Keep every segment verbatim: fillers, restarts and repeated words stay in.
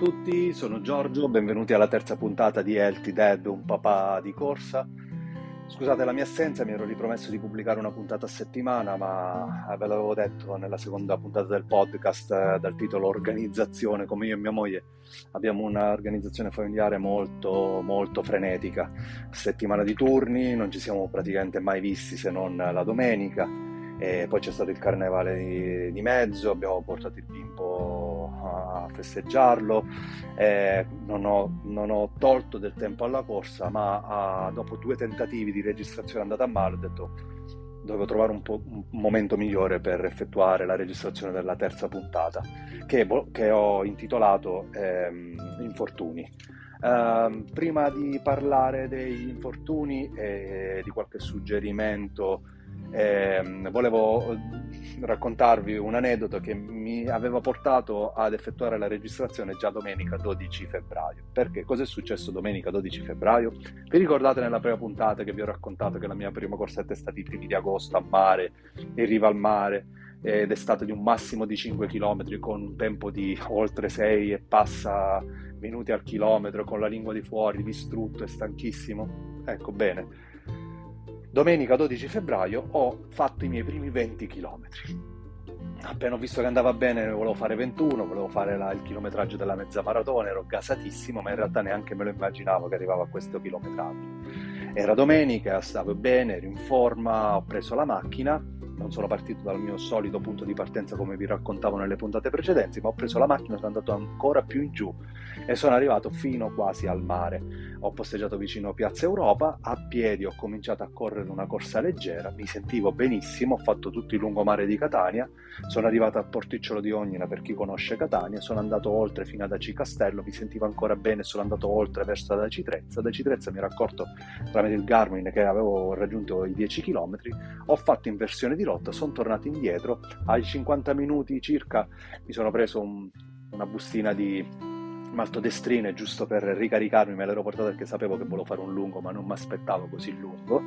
tutti, sono Giorgio, benvenuti alla terza puntata di Healthy Dad, un papà di corsa. Scusate la mia assenza, mi ero ripromesso di pubblicare una puntata a settimana, ma ve l'avevo detto nella seconda puntata del podcast eh, dal titolo Organizzazione, come io e mia moglie abbiamo un'organizzazione familiare molto, molto frenetica. Settimana di turni, non ci siamo praticamente mai visti se non la domenica. E poi c'è stato il carnevale di, di mezzo, abbiamo portato il bimbo a festeggiarlo, eh, non ho, non ho tolto del tempo alla corsa, ma ah, dopo due tentativi di registrazione andata a male ho detto dovevo trovare un, po', un momento migliore per effettuare la registrazione della terza puntata, che, che ho intitolato ehm, Infortuni. Uh, prima di parlare degli infortuni e di qualche suggerimento, eh, volevo raccontarvi un aneddoto che mi aveva portato ad effettuare la registrazione già domenica dodici febbraio. Perché? Cos'è successo domenica dodici febbraio? Vi ricordate nella prima puntata che vi ho raccontato che la mia prima corsetta è stata i primi di agosto a mare, in riva al mare, ed è stata di un massimo di cinque chilometri con un tempo di oltre sei e passa minuti al chilometro, con la lingua di fuori, distrutto e stanchissimo? Ecco, bene, domenica dodici febbraio ho fatto i miei primi venti chilometri. Appena ho visto che andava bene volevo fare ventuno, volevo fare la, il chilometraggio della mezza maratona, ero gasatissimo, ma in realtà neanche me lo immaginavo che arrivavo a questo chilometraggio. Era domenica, stavo bene, ero in forma, ho preso la macchina, non sono partito dal mio solito punto di partenza come vi raccontavo nelle puntate precedenti, ma ho preso la macchina, sono andato ancora più in giù e sono arrivato fino quasi al mare. Ho posteggiato vicino a Piazza Europa, a piedi ho cominciato a correre una corsa leggera, mi sentivo benissimo, ho fatto tutto il lungomare di Catania, sono arrivato al Porticciolo di Ognina per chi conosce Catania, sono andato oltre fino ad Aci Castello, mi sentivo ancora bene, sono andato oltre verso ad Aci Trezza, ad Aci Trezza mi ero accorto tramite il Garmin che avevo raggiunto i dieci chilometri, ho fatto inversione di rotta, sono tornato indietro, ai cinquanta minuti circa mi sono preso un, una bustina di maltodestrine giusto per ricaricarmi, me l'ero portato perché sapevo che volevo fare un lungo ma non mi aspettavo così lungo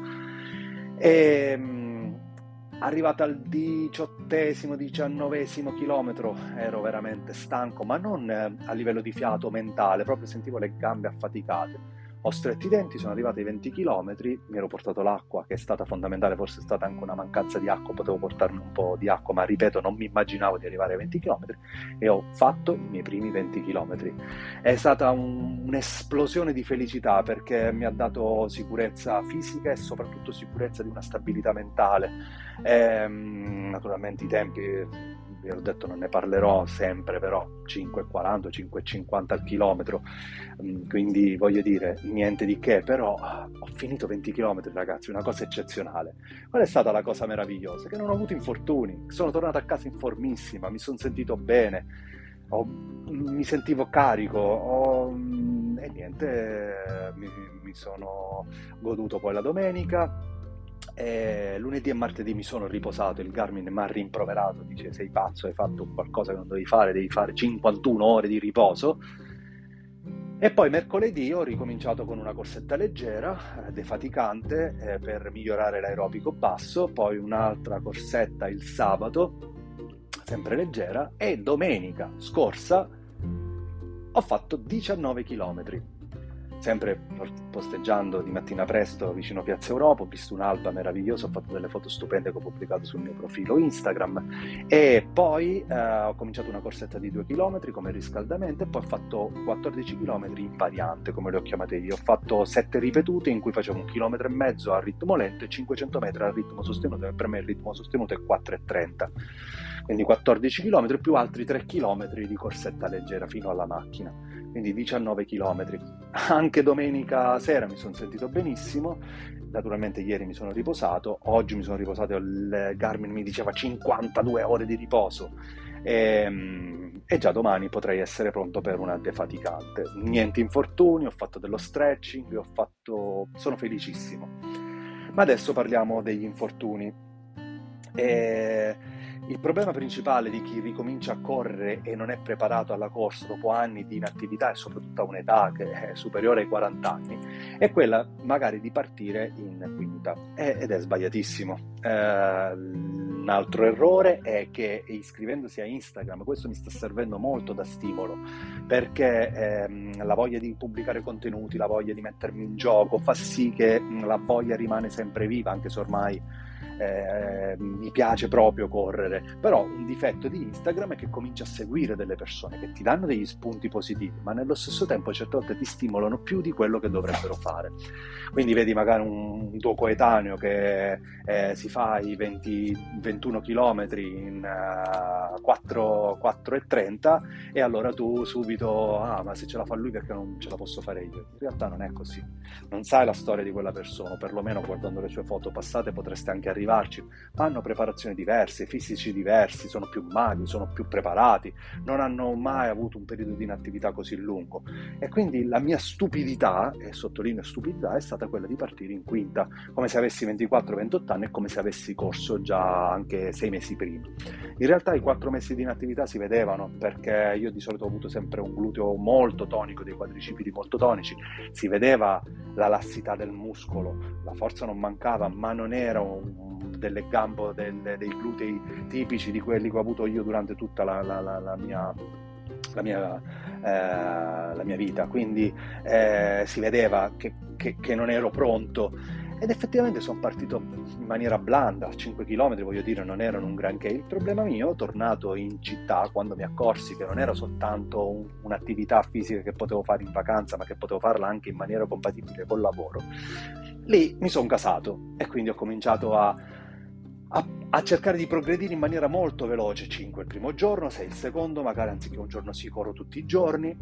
e mh, arrivato al diciottesimo, diciannovesimo chilometro ero veramente stanco, ma non eh, a livello di fiato mentale, proprio sentivo le gambe affaticate. Ho stretto i denti, sono arrivato ai venti chilometri, mi ero portato l'acqua che è stata fondamentale, forse è stata anche una mancanza di acqua, potevo portarmi un po' di acqua, ma ripeto non mi immaginavo di arrivare ai venti chilometri e ho fatto i miei primi venti chilometri. È stata un, un'esplosione di felicità perché mi ha dato sicurezza fisica e soprattutto sicurezza di una stabilità mentale. E, naturalmente i tempi, vi ho detto non ne parlerò sempre, però cinque e quaranta, cinque e cinquanta al chilometro, quindi voglio dire niente di che, però ho finito venti chilometri ragazzi, una cosa eccezionale. Qual è stata la cosa meravigliosa? Che non ho avuto infortuni, sono tornato a casa in formissima, mi sono sentito bene, ho, mi sentivo carico ho, e niente, mi, mi sono goduto poi la domenica. E lunedì e martedì mi sono riposato, il Garmin mi ha rimproverato, dice sei pazzo, hai fatto qualcosa che non devi fare, devi fare cinquantuno ore di riposo. E poi mercoledì ho ricominciato con una corsetta leggera, eh, defaticante, eh, per migliorare l'aerobico basso, poi un'altra corsetta il sabato, sempre leggera, e domenica scorsa ho fatto diciannove chilometri. Sempre posteggiando di mattina presto vicino a Piazza Europa, ho visto un'alba meravigliosa, ho fatto delle foto stupende che ho pubblicato sul mio profilo Instagram e poi eh, ho cominciato una corsetta di due chilometri come riscaldamento e poi ho fatto quattordici chilometri in variante, come le ho chiamate io. Ho fatto sette ripetute in cui facevo un chilometro e mezzo a ritmo lento e cinquecento metri a ritmo sostenuto, e per me il ritmo sostenuto è quattro e trenta. Quindi quattordici chilometri più altri tre chilometri di corsetta leggera fino alla macchina, quindi diciannove chilometri. Anche domenica sera mi sono sentito benissimo, naturalmente ieri mi sono riposato, oggi mi sono riposato, il Garmin mi diceva cinquantadue ore di riposo e, e già domani potrei essere pronto per una defaticante. Niente infortuni, ho fatto dello stretching, ho fatto... sono felicissimo. Ma adesso parliamo degli infortuni. E... il problema principale di chi ricomincia a correre e non è preparato alla corsa dopo anni di inattività e soprattutto a un'età che è superiore ai quaranta anni è quella magari di partire in quinta ed è sbagliatissimo. Eh, Un altro errore è che iscrivendosi a Instagram, questo mi sta servendo molto da stimolo, perché ehm, la voglia di pubblicare contenuti, la voglia di mettermi in gioco fa sì che mh, la voglia rimane sempre viva, anche se ormai eh, mi piace proprio correre. Però un difetto di Instagram è che cominci a seguire delle persone che ti danno degli spunti positivi, ma nello stesso tempo certe volte ti stimolano più di quello che dovrebbero fare. Quindi vedi magari un, un tuo coetaneo che eh, si fa i venti, ventuno chilometri in uh, quattro, quattro e trenta, e allora tu subito, ah, ma se ce la fa lui perché non ce la posso fare io? In realtà non è così, non sai la storia di quella persona, perlomeno guardando le sue foto passate potreste anche arrivarci, ma hanno preparazioni diverse, fisici diversi, sono più magri, sono più preparati, non hanno mai avuto un periodo di inattività così lungo. E quindi la mia stupidità, e sottolineo stupidità, è stata quella di partire in quinta, come se avessi ventiquattro ventotto anni e come se avessi corso già anche sei mesi prima. In realtà i quattro mesi di inattività si vedevano, perché io di solito ho avuto sempre un gluteo molto tonico, dei quadricipiti molto tonici, si vedeva la lassità del muscolo, la forza non mancava, ma non era un, delle gambe, delle, dei glutei tipici di quelli che ho avuto io durante tutta la, la, la, la mia... La mia, eh, la mia vita, quindi eh, si vedeva che, che, che non ero pronto, ed effettivamente sono partito in maniera blanda, cinque chilometri voglio dire non erano un granché. Il problema mio, tornato in città, quando mi accorsi che non era soltanto un, un'attività fisica che potevo fare in vacanza, ma che potevo farla anche in maniera compatibile col lavoro, lì mi sono casato e quindi ho cominciato a A, a cercare di progredire in maniera molto veloce, cinque il primo giorno, sei il secondo, magari anziché un giorno sì corro tutti i giorni,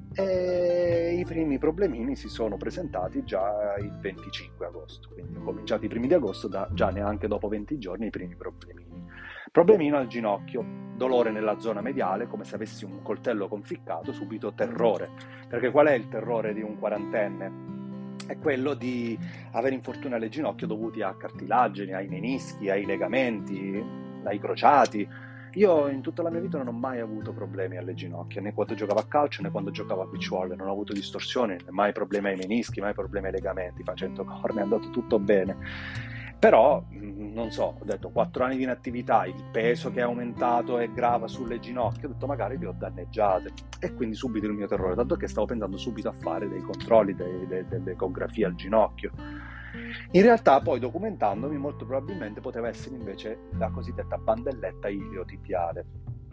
e i primi problemini si sono presentati già il venticinque agosto, quindi ho cominciato i primi di agosto, da, già neanche dopo venti giorni i primi problemini. Problemino al ginocchio, dolore nella zona mediale, come se avessi un coltello conficcato, subito terrore, perché qual è il terrore di un quarantenne? È quello di avere infortuni alle ginocchia dovuti a cartilagini, ai menischi, ai legamenti, ai crociati. Io in tutta la mia vita non ho mai avuto problemi alle ginocchia, né quando giocavo a calcio né quando giocavo a beach volley, non ho avuto distorsioni, mai problemi ai menischi, mai problemi ai legamenti, facendo corna è andato tutto bene. Però, non so, ho detto quattro anni di inattività, il peso che è aumentato e grava sulle ginocchia, ho detto magari le ho danneggiate, e quindi subito il mio terrore, tanto che stavo pensando subito a fare dei controlli, dei, dei, delle ecografie al ginocchio. In realtà poi documentandomi molto probabilmente poteva essere invece la cosiddetta bandelletta iliotibiale.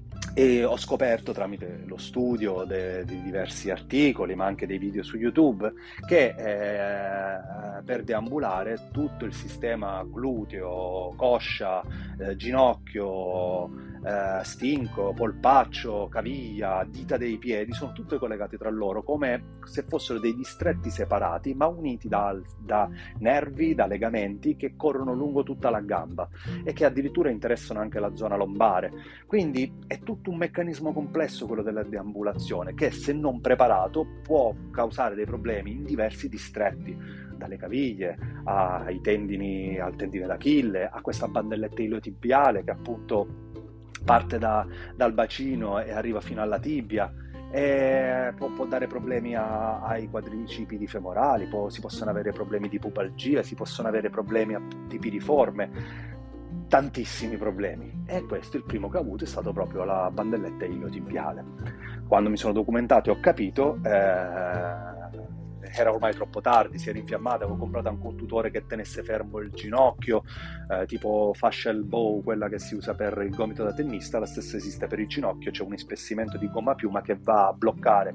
E ho scoperto tramite lo studio de, di diversi articoli, ma anche dei video su YouTube, che eh, per deambulare tutto il sistema gluteo, coscia, eh, ginocchio, eh, stinco, polpaccio, caviglia, dita dei piedi sono tutte collegate tra loro come se fossero dei distretti separati, ma uniti da, da nervi, da legamenti che corrono lungo tutta la gamba e che addirittura interessano anche la zona lombare. Quindi è tutto un meccanismo complesso quello della deambulazione, che se non preparato può causare dei problemi in diversi distretti, dalle caviglie ai tendini, al tendine d'Achille, a questa bandelletta iliotibiale che appunto parte da, dal bacino e arriva fino alla tibia. E può, può dare problemi a, ai quadricipiti femorali, può, si possono avere problemi di pubalgia, si possono avere problemi a, di piriforme, tantissimi problemi. E questo, il primo che ho avuto, è stato proprio la bandelletta iliotibiale. Quando mi sono documentato e ho capito, eh, era ormai troppo tardi, si era infiammata, avevo comprato anche un tutore che tenesse fermo il ginocchio, eh, tipo fascia elbow, quella che si usa per il gomito da tennista, la stessa esiste per il ginocchio, c'è un ispessimento di gomma piuma che va a bloccare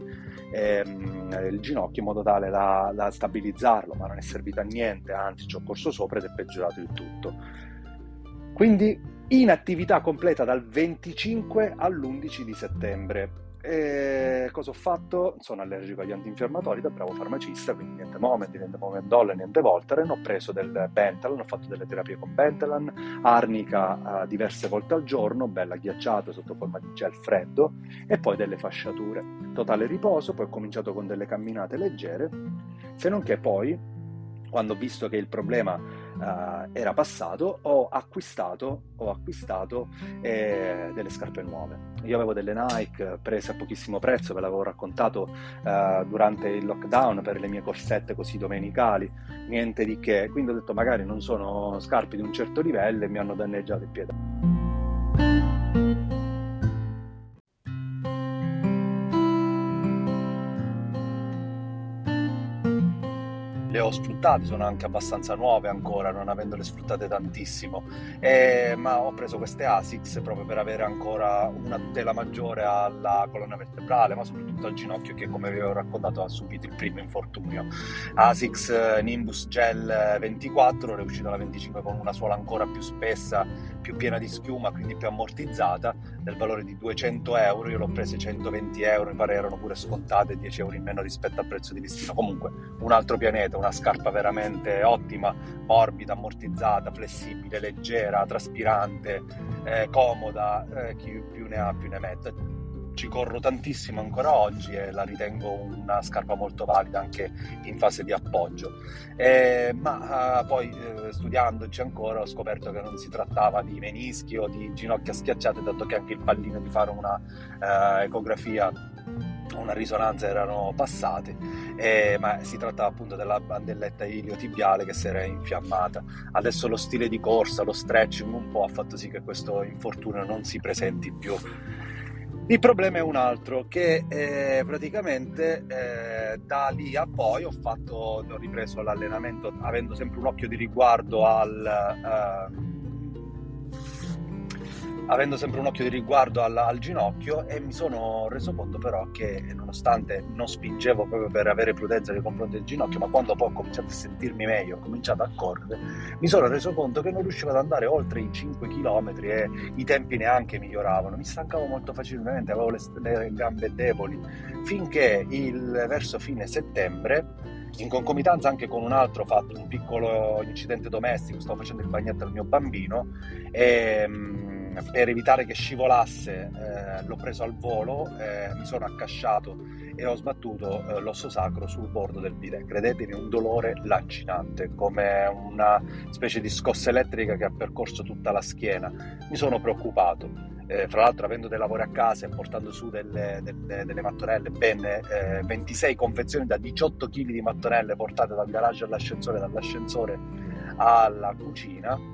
ehm, il ginocchio in modo tale da, da stabilizzarlo, ma non è servito a niente, anzi ci ho corso sopra ed è peggiorato il tutto. Quindi inattività completa dal venticinque all'undici di settembre. E cosa ho fatto? Sono allergico agli antinfiammatori da bravo farmacista, quindi niente Moment, niente Momendol, niente Voltaren. Ho preso del Bentelan, ho fatto delle terapie con Bentelan, arnica uh, diverse volte al giorno, bella ghiacciata sotto forma di gel freddo, e poi delle fasciature. Totale riposo, poi ho cominciato con delle camminate leggere, se non che poi, quando ho visto che il problema Uh, era passato, ho acquistato, ho acquistato eh, delle scarpe nuove. Io avevo delle Nike prese a pochissimo prezzo, ve l'avevo raccontato uh, durante il lockdown, per le mie corsette così domenicali, niente di che. Quindi ho detto magari non sono scarpe di un certo livello e mi hanno danneggiato il piede. Le ho sfruttate, sono anche abbastanza nuove ancora, non avendole sfruttate tantissimo, eh, ma ho preso queste ASICS proprio per avere ancora una tutela maggiore alla colonna vertebrale, ma soprattutto al ginocchio che, come vi ho raccontato, ha subito il primo infortunio. ASICS eh, Nimbus Gel ventiquattro, è uscita la venticinque con una suola ancora più spessa, più piena di schiuma, quindi più ammortizzata, del valore di duecento euro. Io l'ho prese centoventi euro, mi pare erano pure scontate, dieci euro in meno rispetto al prezzo di listino. Comunque un altro pianeta, una scarpa veramente ottima, morbida, ammortizzata, flessibile, leggera, traspirante, eh, comoda, eh, chi più ne ha più ne metta. Ci corro tantissimo ancora oggi e la ritengo una scarpa molto valida anche in fase di appoggio. Eh, ma eh, poi eh, studiandoci ancora ho scoperto che non si trattava di menischi o di ginocchia schiacciate, dato che anche il pallino di fare una eh, ecografia, una risonanza erano passati, eh, ma si trattava appunto della bandelletta iliotibiale che si era infiammata. Adesso lo stile di corsa, lo stretching un po' ha fatto sì che questo infortunio non si presenti più. Il problema è un altro, che eh, praticamente eh, da lì a poi ho fatto, ho ripreso l'allenamento avendo sempre un occhio di riguardo al eh, avendo sempre un occhio di riguardo al, al ginocchio, e mi sono reso conto però che, nonostante non spingevo proprio per avere prudenza nei confronti del ginocchio, ma quando poi ho cominciato a sentirmi meglio, ho cominciato a correre, mi sono reso conto che non riuscivo ad andare oltre i cinque chilometri e i tempi neanche miglioravano. Mi stancavo molto facilmente, avevo le, le gambe deboli, finché il, verso fine settembre, in concomitanza anche con un altro fatto, un piccolo incidente domestico, stavo facendo il bagnetto al mio bambino e per evitare che scivolasse eh, l'ho preso al volo, eh, mi sono accasciato e ho sbattuto eh, l'osso sacro sul bordo del bidet. Credetemi, un dolore lancinante, come una specie di scossa elettrica che ha percorso tutta la schiena. Mi sono preoccupato. Eh, fra l'altro, avendo dei lavori a casa e portando su delle, delle, delle mattonelle, ben eh, ventisei confezioni da diciotto chili di mattonelle portate dal garage all'ascensore, dall'ascensore alla cucina,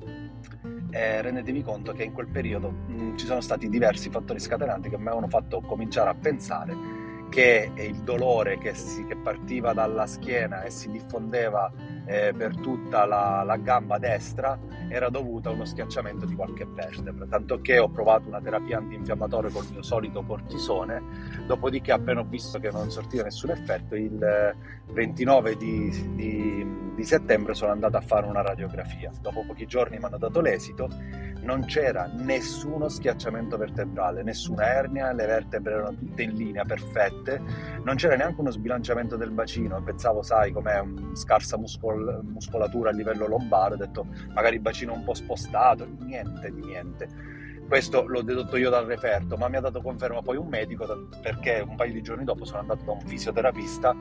eh, rendetevi conto che in quel periodo mh, ci sono stati diversi fattori scatenanti che mi avevano fatto cominciare a pensare che il dolore che, si, che partiva dalla schiena e si diffondeva eh, per tutta la, la gamba destra era dovuto a uno schiacciamento di qualche vertebra, tanto che ho provato una terapia antinfiammatoria col mio solito cortisone. Dopodiché, appena ho visto che non sortiva nessun effetto, il ventinove di, di, di settembre sono andato a fare una radiografia. Dopo pochi giorni mi hanno dato l'esito, non c'era nessuno schiacciamento vertebrale, nessuna ernia, le vertebre erano tutte in linea, perfette, non c'era neanche uno sbilanciamento del bacino. Pensavo, sai, com'è, un scarsa muscol- muscolatura a livello lombare, ho detto magari il bacino un po' spostato, niente di niente. Questo l'ho dedotto io dal referto, ma mi ha dato conferma poi un medico, perché un paio di giorni dopo sono andato da un fisioterapista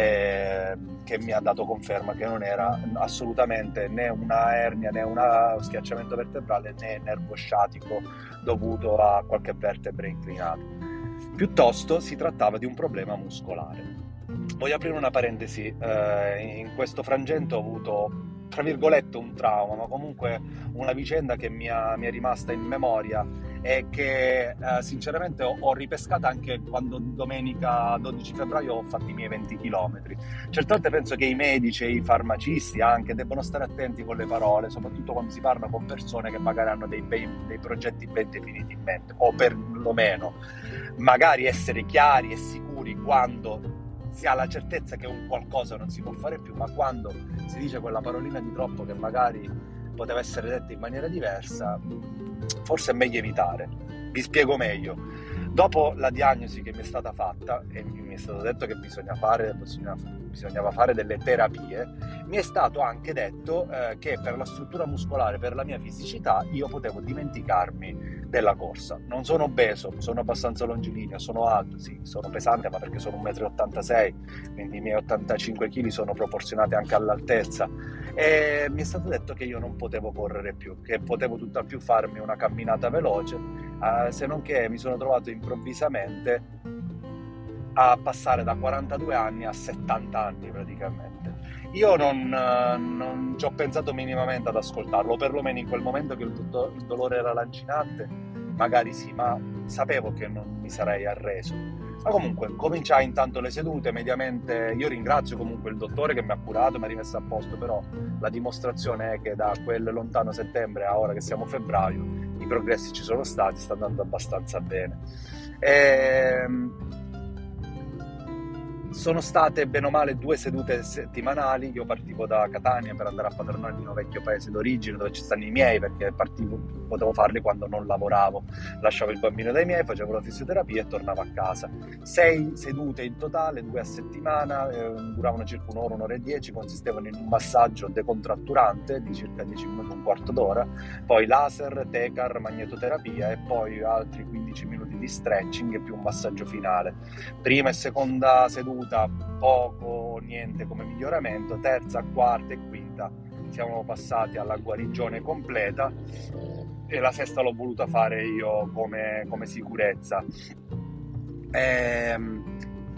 eh, che mi ha dato conferma che non era assolutamente né una ernia né uno schiacciamento vertebrale né nervo sciatico dovuto a qualche vertebra inclinata. Piuttosto si trattava di un problema muscolare. Voglio aprire una parentesi, eh, in questo frangente ho avuto, tra virgolette, un trauma, ma comunque una vicenda che mi, ha, mi è rimasta in memoria e che eh, sinceramente ho, ho ripescata anche quando domenica dodici febbraio ho fatto i miei venti chilometri. Certamente penso che i medici e i farmacisti anche debbano stare attenti con le parole, soprattutto quando si parla con persone che magari hanno dei, ben, dei progetti ben definiti in mente, o perlomeno magari essere chiari e sicuri quando si ha la certezza che un qualcosa non si può fare più, ma quando si dice quella parolina di troppo che magari poteva essere detta in maniera diversa, forse è meglio evitare. Vi spiego meglio. Dopo la diagnosi che mi è stata fatta e mi è stato detto che bisogna fare, bisogna, bisognava fare delle terapie, mi è stato anche detto eh, che per la struttura muscolare, per la mia fisicità, io potevo dimenticarmi della corsa. Non sono obeso, sono abbastanza longilineo, sono alto, sì, sono pesante, ma perché sono uno virgola ottantasei metri, quindi i miei ottantacinque chili sono proporzionati anche all'altezza, e mi è stato detto che io non potevo correre più, che potevo tutt'al più farmi una camminata veloce, eh, se non che mi sono trovato improvvisamente a passare da quarantadue anni a settanta anni praticamente. Io non, eh, non ci ho pensato minimamente ad ascoltarlo, o perlomeno in quel momento che il, do- il dolore era lancinante, magari sì, ma sapevo che non mi sarei arreso. Ma comunque, cominciai intanto le sedute, mediamente io ringrazio comunque il dottore che mi ha curato, mi ha rimesso a posto, però la dimostrazione è che da quel lontano settembre a ora che siamo a febbraio, i progressi ci sono stati, sta andando abbastanza bene. Ehm... Sono state bene o male due sedute settimanali. Io partivo da Catania per andare a Padronale, il mio vecchio paese d'origine, dove ci stanno i miei, perché partivo, potevo farli quando non lavoravo. Lasciavo il bambino dai miei, facevo la fisioterapia e tornavo a casa. Sei sedute in totale, due a settimana, eh, duravano circa un'ora, un'ora e dieci, consistevano in un massaggio decontratturante di circa dieci minuti, un quarto d'ora, poi laser, tecar, magnetoterapia e poi altri quindici minuti di stretching e più un massaggio finale. Prima e seconda seduta poco o niente come miglioramento, terza, quarta e quinta siamo passati alla guarigione completa e la sesta l'ho voluta fare io come, come sicurezza. Ehm,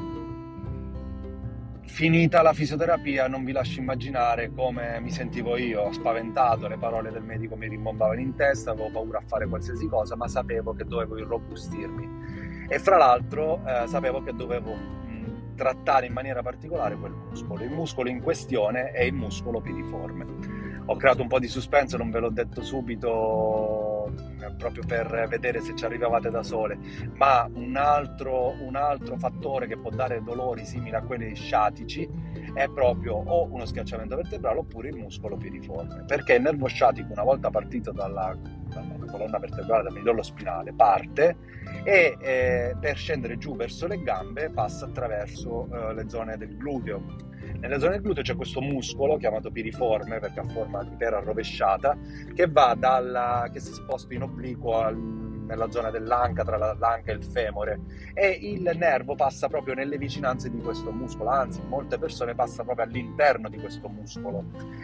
Finita la fisioterapia, non vi lascio immaginare come mi sentivo io, spaventato, le parole del medico mi rimbombavano in testa, avevo paura a fare qualsiasi cosa, ma sapevo che dovevo irrobustirmi e fra l'altro eh, sapevo che dovevo mh, trattare in maniera particolare quel muscolo. Il muscolo in questione è il muscolo piriforme. Ho creato un po' di suspenso, non ve l'ho detto subito, proprio per vedere se ci arrivavate da sole, ma un altro, un altro fattore che può dare dolori simili a quelli sciatici è proprio o uno schiacciamento vertebrale oppure il muscolo piriforme, perché il nervo sciatico, una volta partito dalla, dalla colonna vertebrale, dal midollo spinale, parte e eh, per scendere giù verso le gambe passa attraverso eh, le zone del gluteo. Nelle zone del gluteo c'è questo muscolo chiamato piriforme, perché ha forma di pera rovesciata, che va dalla, che si sposta in obliquo al, nella zona dell'anca, tra la, l'anca e il femore, e il nervo passa proprio nelle vicinanze di questo muscolo, anzi molte persone passano proprio all'interno di questo muscolo.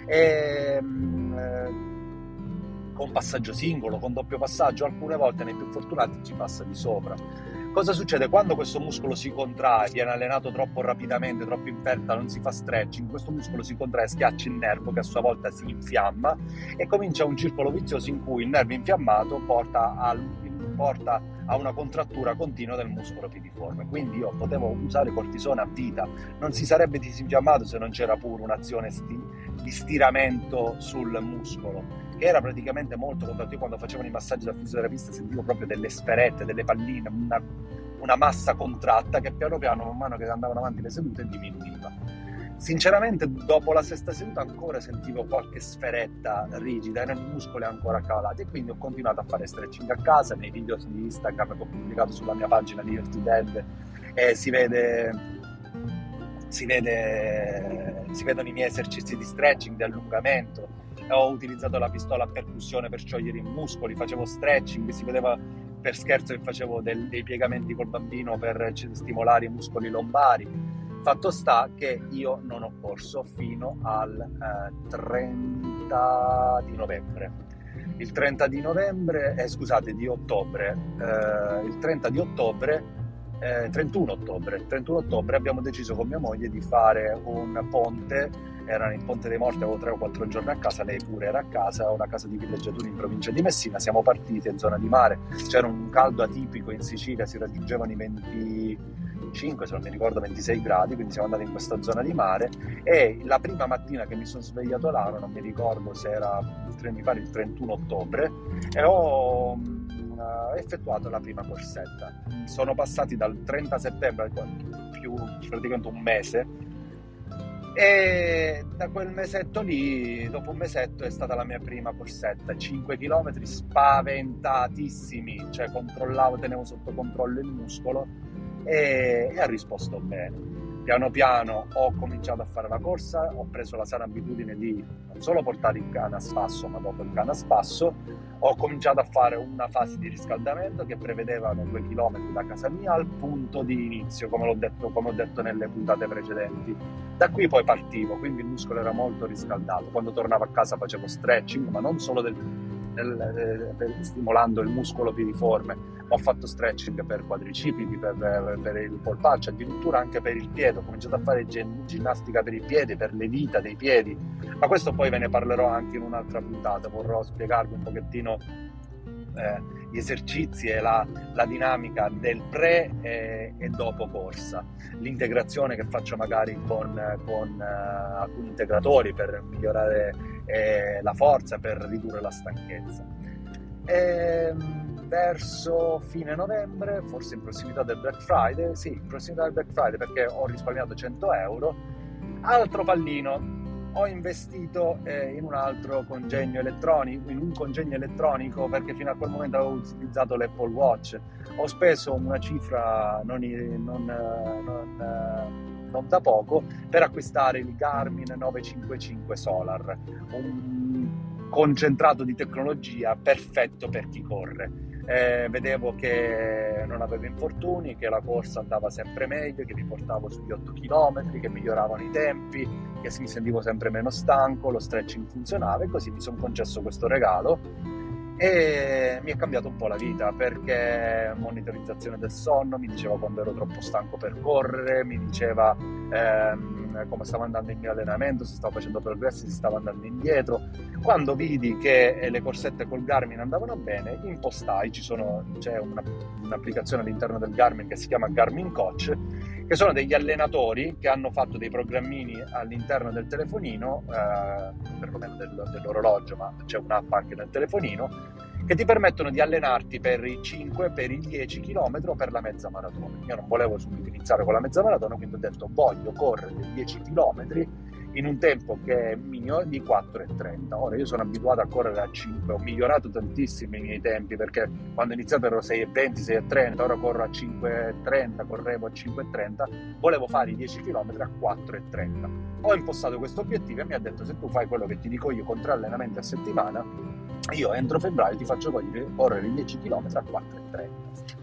E, eh, con passaggio singolo, con doppio passaggio, alcune volte nei più fortunati ci passa di sopra. Cosa succede? Quando questo muscolo si contrae, viene allenato troppo rapidamente, troppo in fretta, non si fa stretching, questo muscolo si contrae, schiaccia il nervo che a sua volta si infiamma e comincia un circolo vizioso in cui il nervo infiammato porta, al, porta a una contrattura continua del muscolo piriforme. Quindi io potevo usare cortisone a vita, non si sarebbe disinfiammato se non c'era pure un'azione sti, di stiramento sul muscolo, che era praticamente molto contratto. Io quando facevano i massaggi da fisioterapista sentivo proprio delle sferette, delle palline, una, una massa contratta che piano piano, man mano che andavano avanti le sedute, diminuiva. Sinceramente dopo la sesta seduta ancora sentivo qualche sferetta rigida e nei muscoli ancora accavallati, e quindi ho continuato a fare stretching a casa. Nei video di Instagram che ho pubblicato sulla mia pagina di Healthy Dad eh, si vede si vede si vedono i miei esercizi di stretching, di allungamento. Ho utilizzato la pistola a percussione per sciogliere i muscoli, facevo stretching, si vedeva per scherzo che facevo del, dei piegamenti col bambino per stimolare i muscoli lombari. Fatto sta che io non ho corso fino al eh, trenta di novembre. Il trenta di novembre, eh, scusate, di ottobre, eh, il trenta di ottobre, eh, trentuno ottobre, trentuno ottobre abbiamo deciso con mia moglie di fare un ponte. Era il Ponte dei Morti, avevo tre o quattro giorni a casa, lei pure era a casa, una casa di villeggiatura in provincia di Messina. Siamo partiti in zona di mare, c'era un caldo atipico in Sicilia, si raggiungevano i venticinque, se non mi ricordo ventisei gradi, quindi siamo andati in questa zona di mare e la prima mattina che mi sono svegliato là, non mi ricordo se era il, mi pare il trentuno ottobre, e ho uh, effettuato la prima corsetta. Sono passati dal trenta settembre, più praticamente un mese, e da quel mesetto lì, dopo un mesetto, è stata la mia prima corsetta, cinque chilometri spaventatissimi, cioè controllavo, tenevo sotto controllo il muscolo e, e ha risposto bene. Piano piano ho cominciato a fare la corsa, ho preso la sana abitudine di non solo portare il cane a spasso, ma dopo il cane a spasso ho cominciato a fare una fase di riscaldamento che prevedevano due chilometri da casa mia al punto di inizio, come l'ho detto, come ho detto nelle puntate precedenti. Da qui poi partivo, quindi il muscolo era molto riscaldato. Quando tornavo a casa facevo stretching, ma non solo del, nel, per, stimolando il muscolo piriforme, ho fatto stretching per quadricipiti, per, per, per il polpaccio, addirittura anche per il piede. Ho cominciato a fare gen- ginnastica per i piedi, per le dita dei piedi, ma questo poi ve ne parlerò anche in un'altra puntata. Vorrò spiegarvi un pochettino eh, gli esercizi e la, la dinamica del pre e, e dopo corsa, l'integrazione che faccio magari con, con eh, alcuni integratori per migliorare eh, la forza, per ridurre la stanchezza. E, verso fine novembre, forse in prossimità del Black Friday, sì, in prossimità del Black Friday, perché ho risparmiato cento euro, altro pallino, ho investito eh, in un altro congegno elettronico, in un congegno elettronico, perché fino a quel momento avevo utilizzato l'Apple Watch. Ho speso una cifra non, non, non, non da poco per acquistare il Garmin novecentocinquantacinque Solar, un concentrato di tecnologia perfetto per chi corre. Eh, vedevo che non avevo infortuni, che la corsa andava sempre meglio, che mi portavo sugli otto chilometri, che miglioravano i tempi, che mi sentivo sempre meno stanco, lo stretching funzionava, e così mi sono concesso questo regalo e mi è cambiato un po' la vita, perché monitorizzazione del sonno, mi diceva quando ero troppo stanco per correre, mi diceva ehm, come stava andando il mio allenamento, se stavo facendo progressi, se stavo andando indietro. Quando vidi che le corsette col Garmin andavano bene, impostai, ci sono, c'è una, un'applicazione all'interno del Garmin che si chiama Garmin Coach, che sono degli allenatori che hanno fatto dei programmini all'interno del telefonino, eh, perlomeno del, dell'orologio, ma c'è un'app anche nel telefonino, che ti permettono di allenarti per i cinque, per i dieci chilometri o per la mezza maratona. Io non volevo subito iniziare con la mezza maratona, quindi ho detto voglio correre i dieci chilometri in un tempo che è mio di quattro e trenta. Ora io sono abituato a correre a cinque, ho migliorato tantissimo i miei tempi, perché quando ho iniziato ero sei e venti, sei e trenta, ora corro a cinque e trenta, correvo a cinque e trenta, volevo fare i dieci chilometri a quattro e trenta. Ho impostato questo obiettivo e mi ha detto: se tu fai quello che ti dico io con tre allenamenti a settimana, io entro febbraio ti faccio correre i dieci chilometri a quattro e trenta.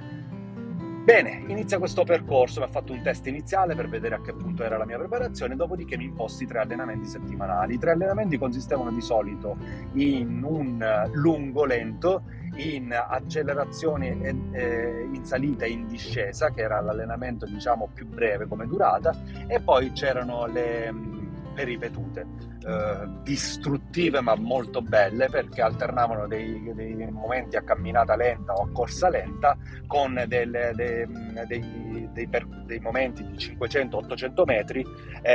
Bene, inizia questo percorso, mi ha fatto un test iniziale per vedere a che punto era la mia preparazione, dopodiché mi imposti tre allenamenti settimanali. I tre allenamenti consistevano di solito in un lungo lento, in accelerazione eh, in salita e in discesa, che era l'allenamento diciamo più breve come durata, e poi c'erano le, le ripetute. Uh, distruttive ma molto belle, perché alternavano dei, dei momenti a camminata lenta o a corsa lenta con delle, dei, dei, dei, per, dei momenti di cinquecento ottocento metri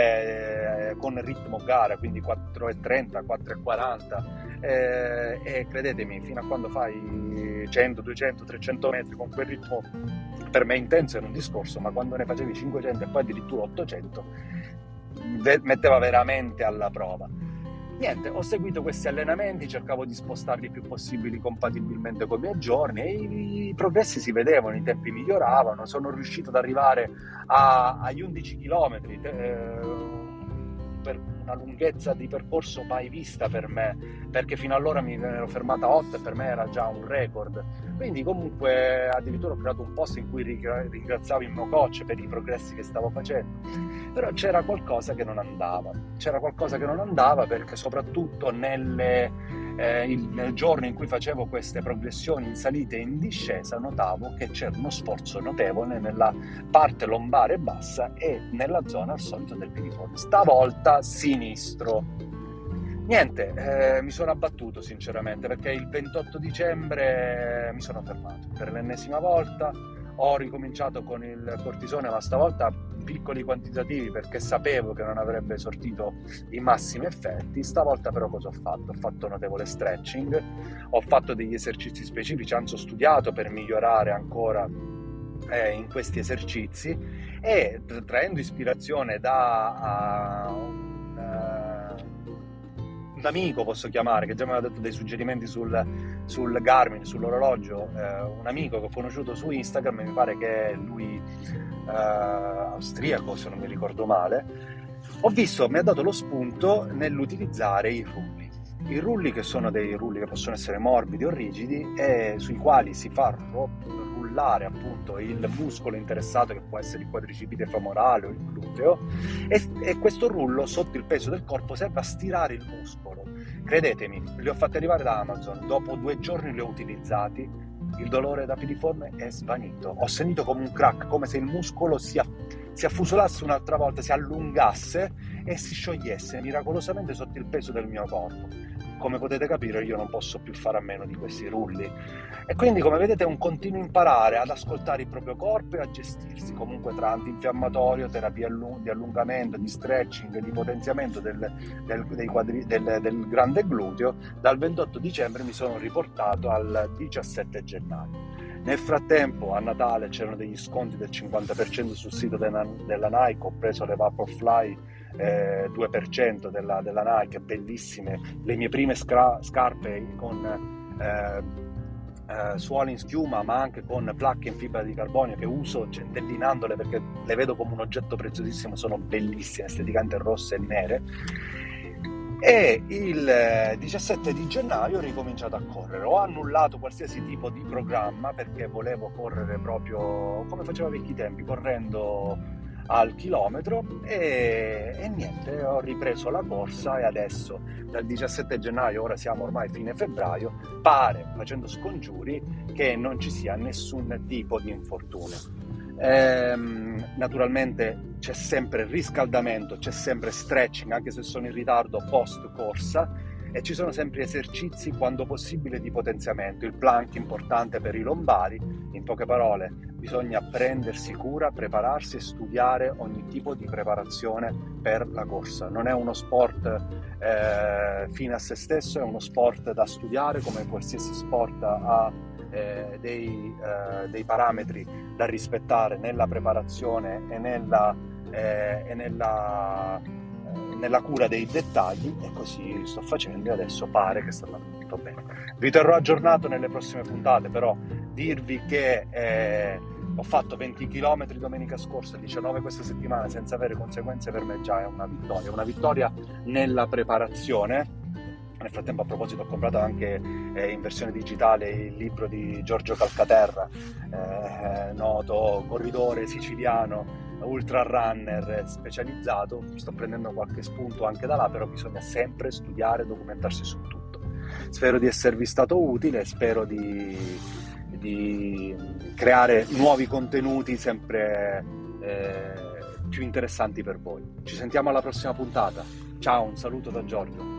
eh, con ritmo gara, quindi quattro e trenta, quattro e quaranta, eh, e credetemi, fino a quando fai cento, duecento, trecento metri con quel ritmo, per me intenso era un discorso, ma quando ne facevi cinquecento e poi addirittura ottocento metteva veramente alla prova. Niente, ho seguito questi allenamenti, cercavo di spostarli il più possibili compatibilmente con i miei giorni, e i, i progressi si vedevano, i tempi miglioravano. Sono riuscito ad arrivare a, agli undici chilometri eh, per una lunghezza di percorso mai vista per me, perché fino allora mi ero fermata a otto e per me era già un record. Quindi comunque addirittura ho creato un post in cui ringraziavo il mio coach per i progressi che stavo facendo, però c'era qualcosa che non andava, c'era qualcosa che non andava perché soprattutto nelle, eh, il, nel giorno in cui facevo queste progressioni in salita e in discesa notavo che c'era uno sforzo notevole nella parte lombare bassa e nella zona al solito del piriforme, stavolta sinistro. Niente, eh, mi sono abbattuto sinceramente, perché il ventotto dicembre mi sono fermato per l'ennesima volta. Ho ricominciato con il cortisone, ma stavolta piccoli quantitativi, perché sapevo che non avrebbe sortito i massimi effetti. Stavolta però cosa ho fatto? Ho fatto notevole stretching, ho fatto degli esercizi specifici, anzi ho studiato per migliorare ancora eh, in questi esercizi, e traendo ispirazione da a, uh, un amico, posso chiamare, che già mi aveva dato dei suggerimenti sul, sul Garmin, sull'orologio, eh, un amico che ho conosciuto su Instagram, mi pare che è lui eh, austriaco se non mi ricordo male, ho visto, mi ha dato lo spunto nell'utilizzare i rulli. I rulli, che sono dei rulli che possono essere morbidi o rigidi, e sui quali si fa rullare appunto il muscolo interessato, che può essere il quadricipite femorale o il gluteo, e, e questo rullo sotto il peso del corpo serve a stirare il muscolo, Credetemi, li ho fatti arrivare da Amazon, dopo due giorni li ho utilizzati, il dolore da piriforme è svanito. Ho sentito come un crack, come se il muscolo si, aff- si affusolasse un'altra volta, si allungasse e si sciogliesse miracolosamente sotto il peso del mio corpo. Come potete capire, io non posso più fare a meno di questi rulli. E quindi, come vedete, è un continuo imparare ad ascoltare il proprio corpo e a gestirsi. Comunque, tra antinfiammatorio, terapia di allungamento, di stretching, di potenziamento del, del, dei quadri, del, del grande gluteo, dal ventotto dicembre mi sono riportato al diciassette gennaio. Nel frattempo, a Natale c'erano degli sconti del cinquanta per cento sul sito della, della Nike. Ho preso le Vaporfly eh, due per cento della, della Nike, bellissime, le mie prime scra- scarpe con eh, eh, suoli in schiuma, ma anche con placche in fibra di carbonio, che uso centellinandole perché le vedo come un oggetto preziosissimo. Sono bellissime, esteticamente rosse e nere. E il diciassette di gennaio ho ricominciato a correre. Ho annullato qualsiasi tipo di programma perché volevo correre proprio come facevo a vecchi tempi, correndo al chilometro, e, e niente, ho ripreso la corsa e adesso dal diciassette gennaio, ora siamo ormai fine febbraio, pare, facendo scongiuri, che non ci sia nessun tipo di infortunio. Ehm, naturalmente c'è sempre riscaldamento, c'è sempre stretching, anche se sono in ritardo post corsa, e ci sono sempre esercizi quando possibile di potenziamento. Il plank importante per i lombari. In poche parole, bisogna prendersi cura, prepararsi e studiare ogni tipo di preparazione per la corsa. Non è uno sport eh, fine a se stesso, è uno sport da studiare, come qualsiasi sport ha eh, dei, eh, dei parametri da rispettare nella preparazione e nella, eh, e nella, eh, nella cura dei dettagli, e così sto facendo e adesso pare che sta andando tutto bene. Vi terrò aggiornato nelle prossime puntate, però dirvi che eh, ho fatto venti chilometri domenica scorsa, diciannove questa settimana, senza avere conseguenze, per me già è una vittoria, una vittoria nella preparazione. Nel frattempo, a proposito, ho comprato anche eh, in versione digitale il libro di Giorgio Calcaterra, eh, noto corridore siciliano, ultra runner specializzato. Sto prendendo qualche spunto anche da là, però bisogna sempre studiare e documentarsi su tutto. Spero di esservi stato utile, spero di, di creare nuovi contenuti sempre eh, più interessanti per voi. Ci sentiamo alla prossima puntata. Ciao, un saluto da Giorgio.